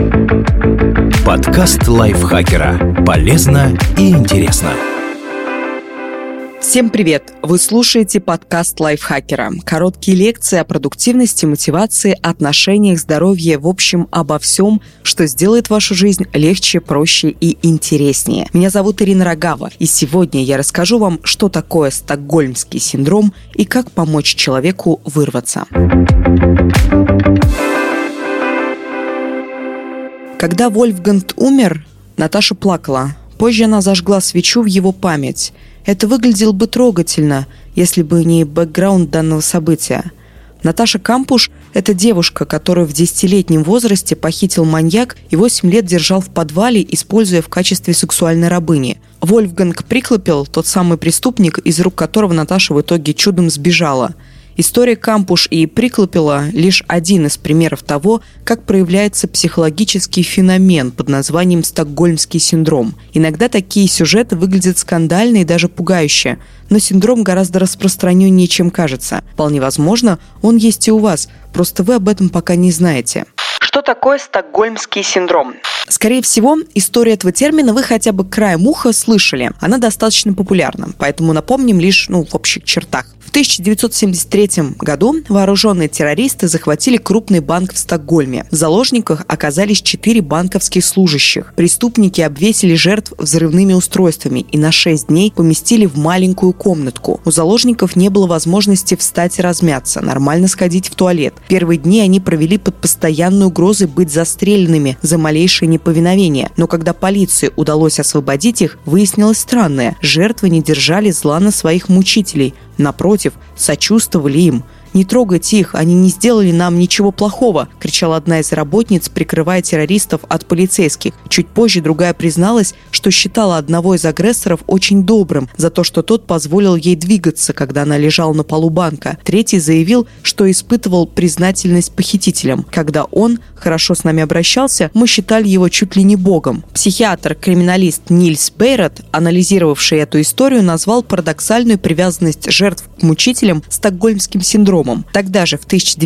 Подкаст лайфхакера. Полезно и интересно. Всем привет! Вы слушаете подкаст лайфхакера. Короткие лекции о продуктивности, мотивации, отношениях, здоровье, в общем, обо всем, что сделает вашу жизнь легче, проще и интереснее. Меня зовут Ирина Рогава, и сегодня я расскажу вам, что такое стокгольмский синдром и как помочь человеку вырваться. Когда Вольфганг умер, Наташа плакала. Позже она зажгла свечу в его память. Это выглядело бы трогательно, если бы не бэкграунд данного события. Наташа Кампуш – это девушка, которую в 10-летнем возрасте похитил маньяк и 8 лет держал в подвале, используя в качестве сексуальной рабыни. Вольфганг Приклепел – тот самый преступник, из рук которого Наташа в итоге чудом сбежала. История Кампуш и Приклепела – лишь один из примеров того, как проявляется психологический феномен под названием стокгольмский синдром. Иногда такие сюжеты выглядят скандально и даже пугающе, но синдром гораздо распространеннее, чем кажется. Вполне возможно, он есть и у вас, просто вы об этом пока не знаете. Что такое стокгольмский синдром? Скорее всего, историю этого термина вы хотя бы краем уха слышали. Она достаточно популярна, поэтому напомним лишь в общих чертах. В 1973 году вооруженные террористы захватили крупный банк в Стокгольме. В заложниках оказались 4 банковских служащих. Преступники обвесили жертв взрывными устройствами и на 6 дней поместили в маленькую комнатку. У заложников не было возможности встать и размяться, нормально сходить в туалет. Первые дни они провели под постоянной угрозой быть застреленными за малейшее неповиновение. Но когда полиции удалось освободить их, выяснилось странное. Жертвы не держали зла на своих мучителей. Напротив, сочувствовали им. «Не трогайте их, они не сделали нам ничего плохого», – кричала одна из работниц, прикрывая террористов от полицейских. Чуть позже другая призналась, что считала одного из агрессоров очень добрым за то, что тот позволил ей двигаться, когда она лежала на полу банка. Третий заявил, что испытывал признательность похитителям. Когда он хорошо с нами обращался, мы считали его чуть ли не богом. Психиатр-криминалист Нильс Бейрот, анализировавший эту историю, назвал парадоксальную привязанность жертв к мучителям стокгольмским синдромом. Тогда же, в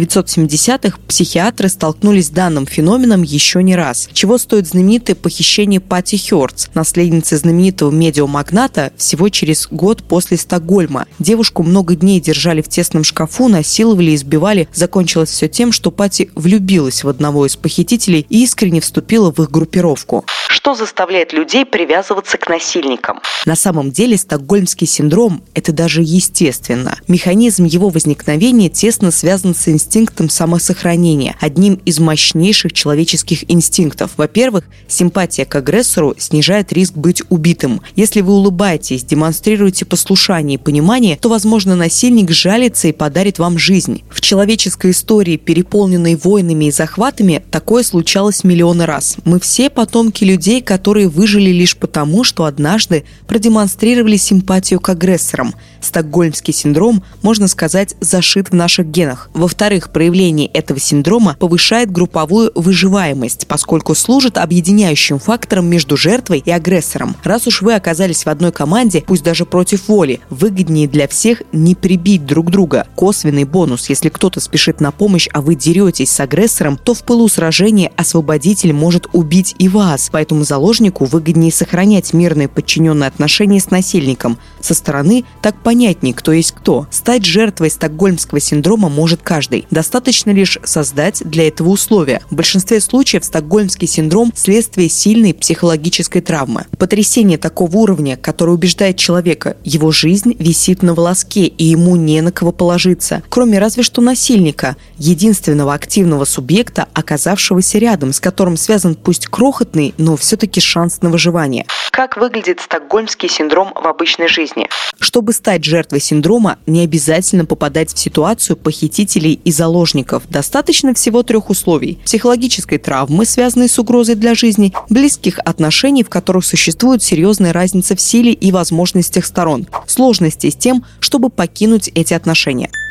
1970-х, психиатры столкнулись с данным феноменом еще не раз. Чего стоит знаменитое похищение Патти Хёрдс, наследницы знаменитого медиамагната, всего через год после Стокгольма. Девушку много дней держали в тесном шкафу, насиловали и избивали. Закончилось все тем, что Патти влюбилась в одного из похитителей и искренне вступила в их группировку. Что заставляет людей привязываться к насильникам? На самом деле стокгольмский синдром – это даже естественно. Механизм его возникновения тесно связан с инстинктом самосохранения, одним из мощнейших человеческих инстинктов. Во-первых, симпатия к агрессору снижает риск быть убитым. Если вы улыбаетесь, демонстрируете послушание и понимание, то, возможно, насильник сжалится и подарит вам жизнь. В человеческой истории, переполненной войнами и захватами, такое случалось миллионы раз. Мы все потомки людей, которые выжили лишь потому, что однажды продемонстрировали симпатию к агрессорам. Стокгольмский синдром, можно сказать, зашит в наших генах. Во-вторых, проявление этого синдрома повышает групповую выживаемость, поскольку служит объединяющим фактором между жертвой и агрессором. Раз уж вы оказались в одной команде, пусть даже против воли, выгоднее для всех не прибить друг друга. Косвенный бонус: если кто-то спешит на помощь, а вы деретесь с агрессором, то в пылу сражения освободитель может убить и вас. Поэтому заложнику выгоднее сохранять мирные подчиненные отношения с насильником. Со стороны так понятнее, кто есть кто. Стать жертвой стокгольмского синдрома может каждый. Достаточно лишь создать для этого условия. В большинстве случаев стокгольмский синдром – следствие сильной психологической травмы. Потрясение такого уровня, которое убеждает человека, его жизнь висит на волоске и ему не на кого положиться, кроме разве что насильника, единственного активного субъекта, оказавшегося рядом, с которым связан пусть крохотный, но все-таки шанс на выживание. Как выглядит стокгольмский синдром в обычной жизни? Чтобы стать жертвой синдрома, не обязательно попадать в ситуацию похитителей и заложников. Достаточно всего 3 условий: психологической травмы, связанной с угрозой для жизни, близких отношений, в которых существует серьезная разница в силе и возможностях сторон, сложности с тем, чтобы покинуть эти отношения.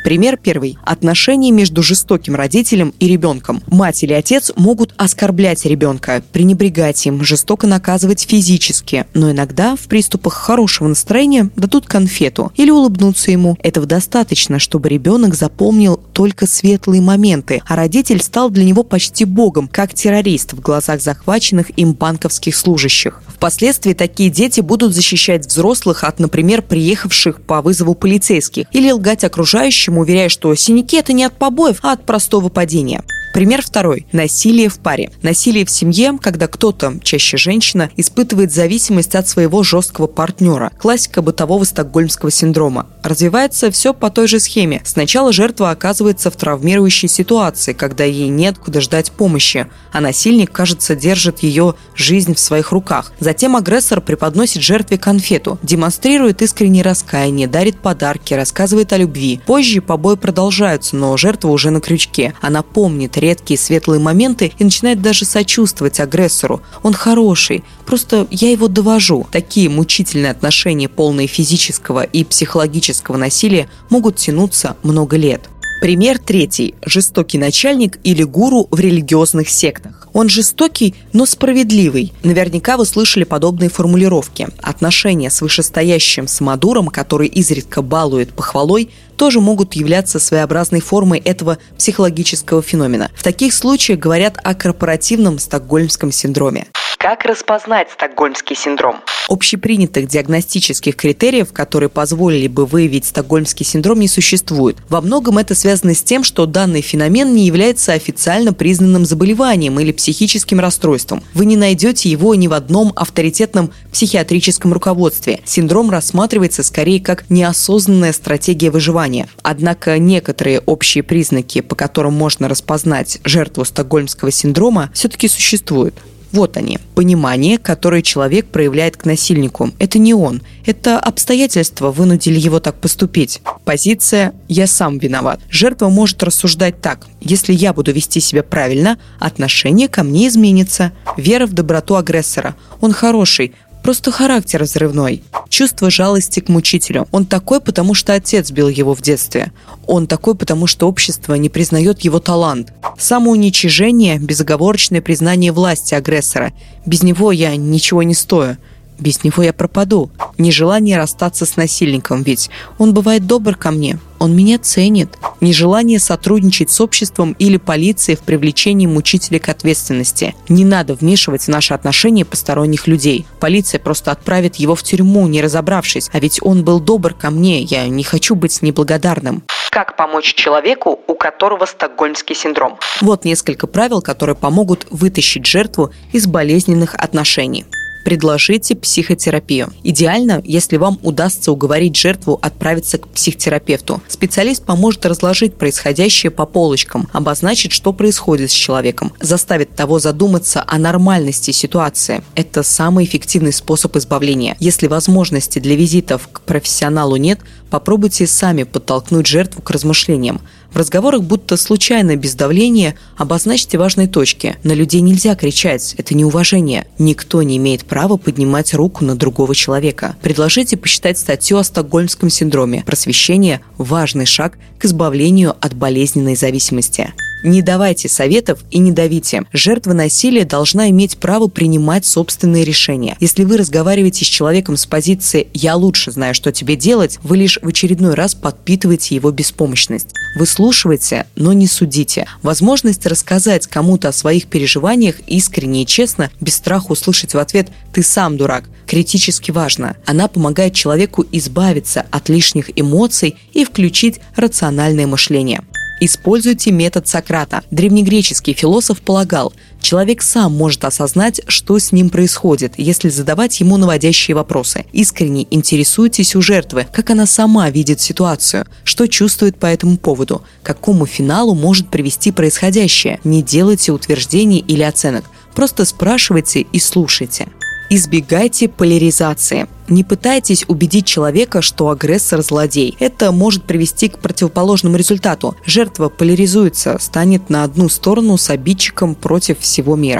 Пример первый. Отношения между жестоким родителем и ребенком. Мать или отец могут оскорблять ребенка, пренебрегать им, жестоко наказывать физически, но иногда в приступах хорошего настроения дадут конфету или улыбнутся ему. Этого достаточно, чтобы ребенок запомнил только светлые моменты, а родитель стал для него почти богом, как террорист в глазах захваченных им банковских служащих. Впоследствии такие дети будут защищать взрослых от, например, приехавших по вызову полицейских, или лгать окружающим, уверяя, что синяки – это не от побоев, а от простого падения. Пример второй. Насилие в паре. Насилие в семье, когда кто-то, чаще женщина, испытывает зависимость от своего жесткого партнера. Классика бытового стокгольмского синдрома. Развивается все по той же схеме. Сначала жертва оказывается в травмирующей ситуации, когда ей неоткуда ждать помощи, а насильник, кажется, держит ее жизнь в своих руках. Затем агрессор преподносит жертве конфету, демонстрирует искреннее раскаяние, дарит подарки, рассказывает о любви. Позже побои продолжаются, но жертва уже на крючке. Она помнит редкие светлые моменты и начинает даже сочувствовать агрессору. Он хороший, просто я его довожу. Такие мучительные отношения, полные физического и психологического насилия, могут тянуться много лет. Пример третий. Жестокий начальник или гуру в религиозных сектах. Он жестокий, но справедливый. Наверняка вы слышали подобные формулировки. Отношения с вышестоящим самодуром, который изредка балует похвалой, тоже могут являться своеобразной формой этого психологического феномена. В таких случаях говорят о корпоративном стокгольмском синдроме. Как распознать стокгольмский синдром? Общепринятых диагностических критериев, которые позволили бы выявить стокгольмский синдром, не существует. Во многом это связано с тем, что данный феномен не является официально признанным заболеванием или психическим расстройством. Вы не найдете его ни в одном авторитетном психиатрическом руководстве. Синдром рассматривается скорее как неосознанная стратегия выживания. Однако некоторые общие признаки, по которым можно распознать жертву стокгольмского синдрома, все-таки существуют. Вот они. Понимание, которое человек проявляет к насильнику. Это не он. Это обстоятельства вынудили его так поступить. Позиция «я сам виноват». Жертва может рассуждать так: если я буду вести себя правильно, отношение ко мне изменится. Вера в доброту агрессора. Он хороший, просто характер взрывной. Чувство жалости к мучителю. Он такой, потому что отец бил его в детстве. Он такой, потому что общество не признает его талант. Самоуничижение, безоговорочное признание власти агрессора. Без него я ничего не стою. Без него я пропаду. Нежелание расстаться с насильником, ведь он бывает добр ко мне. Он меня ценит. Нежелание сотрудничать с обществом или полицией в привлечении мучителя к ответственности. Не надо вмешивать в наши отношения посторонних людей. Полиция просто отправит его в тюрьму, не разобравшись. А ведь он был добр ко мне, я не хочу быть неблагодарным. Как помочь человеку, у которого стокгольмский синдром? Вот несколько правил, которые помогут вытащить жертву из болезненных отношений. Предложите психотерапию. Идеально, если вам удастся уговорить жертву отправиться к психотерапевту. Специалист поможет разложить происходящее по полочкам, обозначить, что происходит с человеком, заставит того задуматься о нормальности ситуации. Это самый эффективный способ избавления. Если возможности для визитов к профессионалу нет, попробуйте сами подтолкнуть жертву к размышлениям. В разговорах будто случайно, без давления, обозначьте важные точки. На людей нельзя кричать, это неуважение. Никто не имеет права поднимать руку на другого человека. Предложите почитать статью о стокгольмском синдроме. Просвещение – важный шаг к избавлению от болезненной зависимости. Не давайте советов и не давите. Жертва насилия должна иметь право принимать собственные решения. Если вы разговариваете с человеком с позиции «я лучше знаю, что тебе делать», вы лишь в очередной раз подпитываете его беспомощность. Выслушивайте, но не судите. Возможность рассказать кому-то о своих переживаниях искренне и честно, без страха услышать в ответ «ты сам дурак», критически важна. Она помогает человеку избавиться от лишних эмоций и включить рациональное мышление. Используйте метод Сократа. Древнегреческий философ полагал, человек сам может осознать, что с ним происходит, если задавать ему наводящие вопросы. Искренне интересуйтесь у жертвы, как она сама видит ситуацию, что чувствует по этому поводу, к какому финалу может привести происходящее. Не делайте утверждений или оценок, просто спрашивайте и слушайте. Избегайте поляризации. Не пытайтесь убедить человека, что агрессор – злодей. Это может привести к противоположному результату. Жертва поляризуется, станет на одну сторону с обидчиком против всего мира.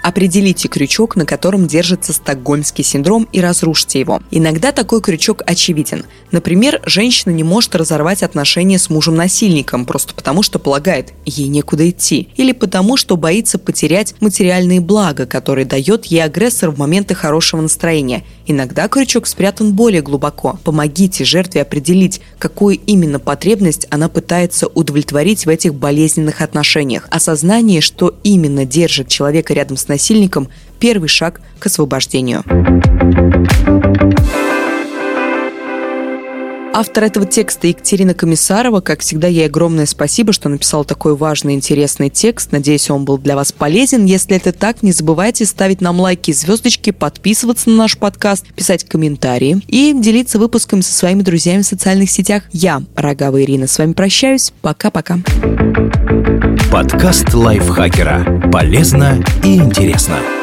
Определите крючок, на котором держится стокгольмский синдром, и разрушьте его. Иногда такой крючок очевиден. Например, женщина не может разорвать отношения с мужем-насильником просто потому, что полагает, ей некуда идти. Или потому, что боится потерять материальные блага, которые дает ей агрессор в моменты хорошего настроения. Иногда крючок спрятан более глубоко. Помогите жертве определить, какую именно потребность она пытается удовлетворить в этих болезненных отношениях. Осознание, что именно держит человека рядом с насильником, первый шаг к освобождению. Автор этого текста Екатерина Комиссарова. Как всегда, ей огромное спасибо, что написала такой важный, интересный текст. Надеюсь, он был для вас полезен. Если это так, не забывайте ставить нам лайки и звездочки, подписываться на наш подкаст, писать комментарии и делиться выпуском со своими друзьями в социальных сетях. Я, Рогава Ирина, с вами прощаюсь. Пока-пока. Подкаст лайфхакера. Полезно и интересно.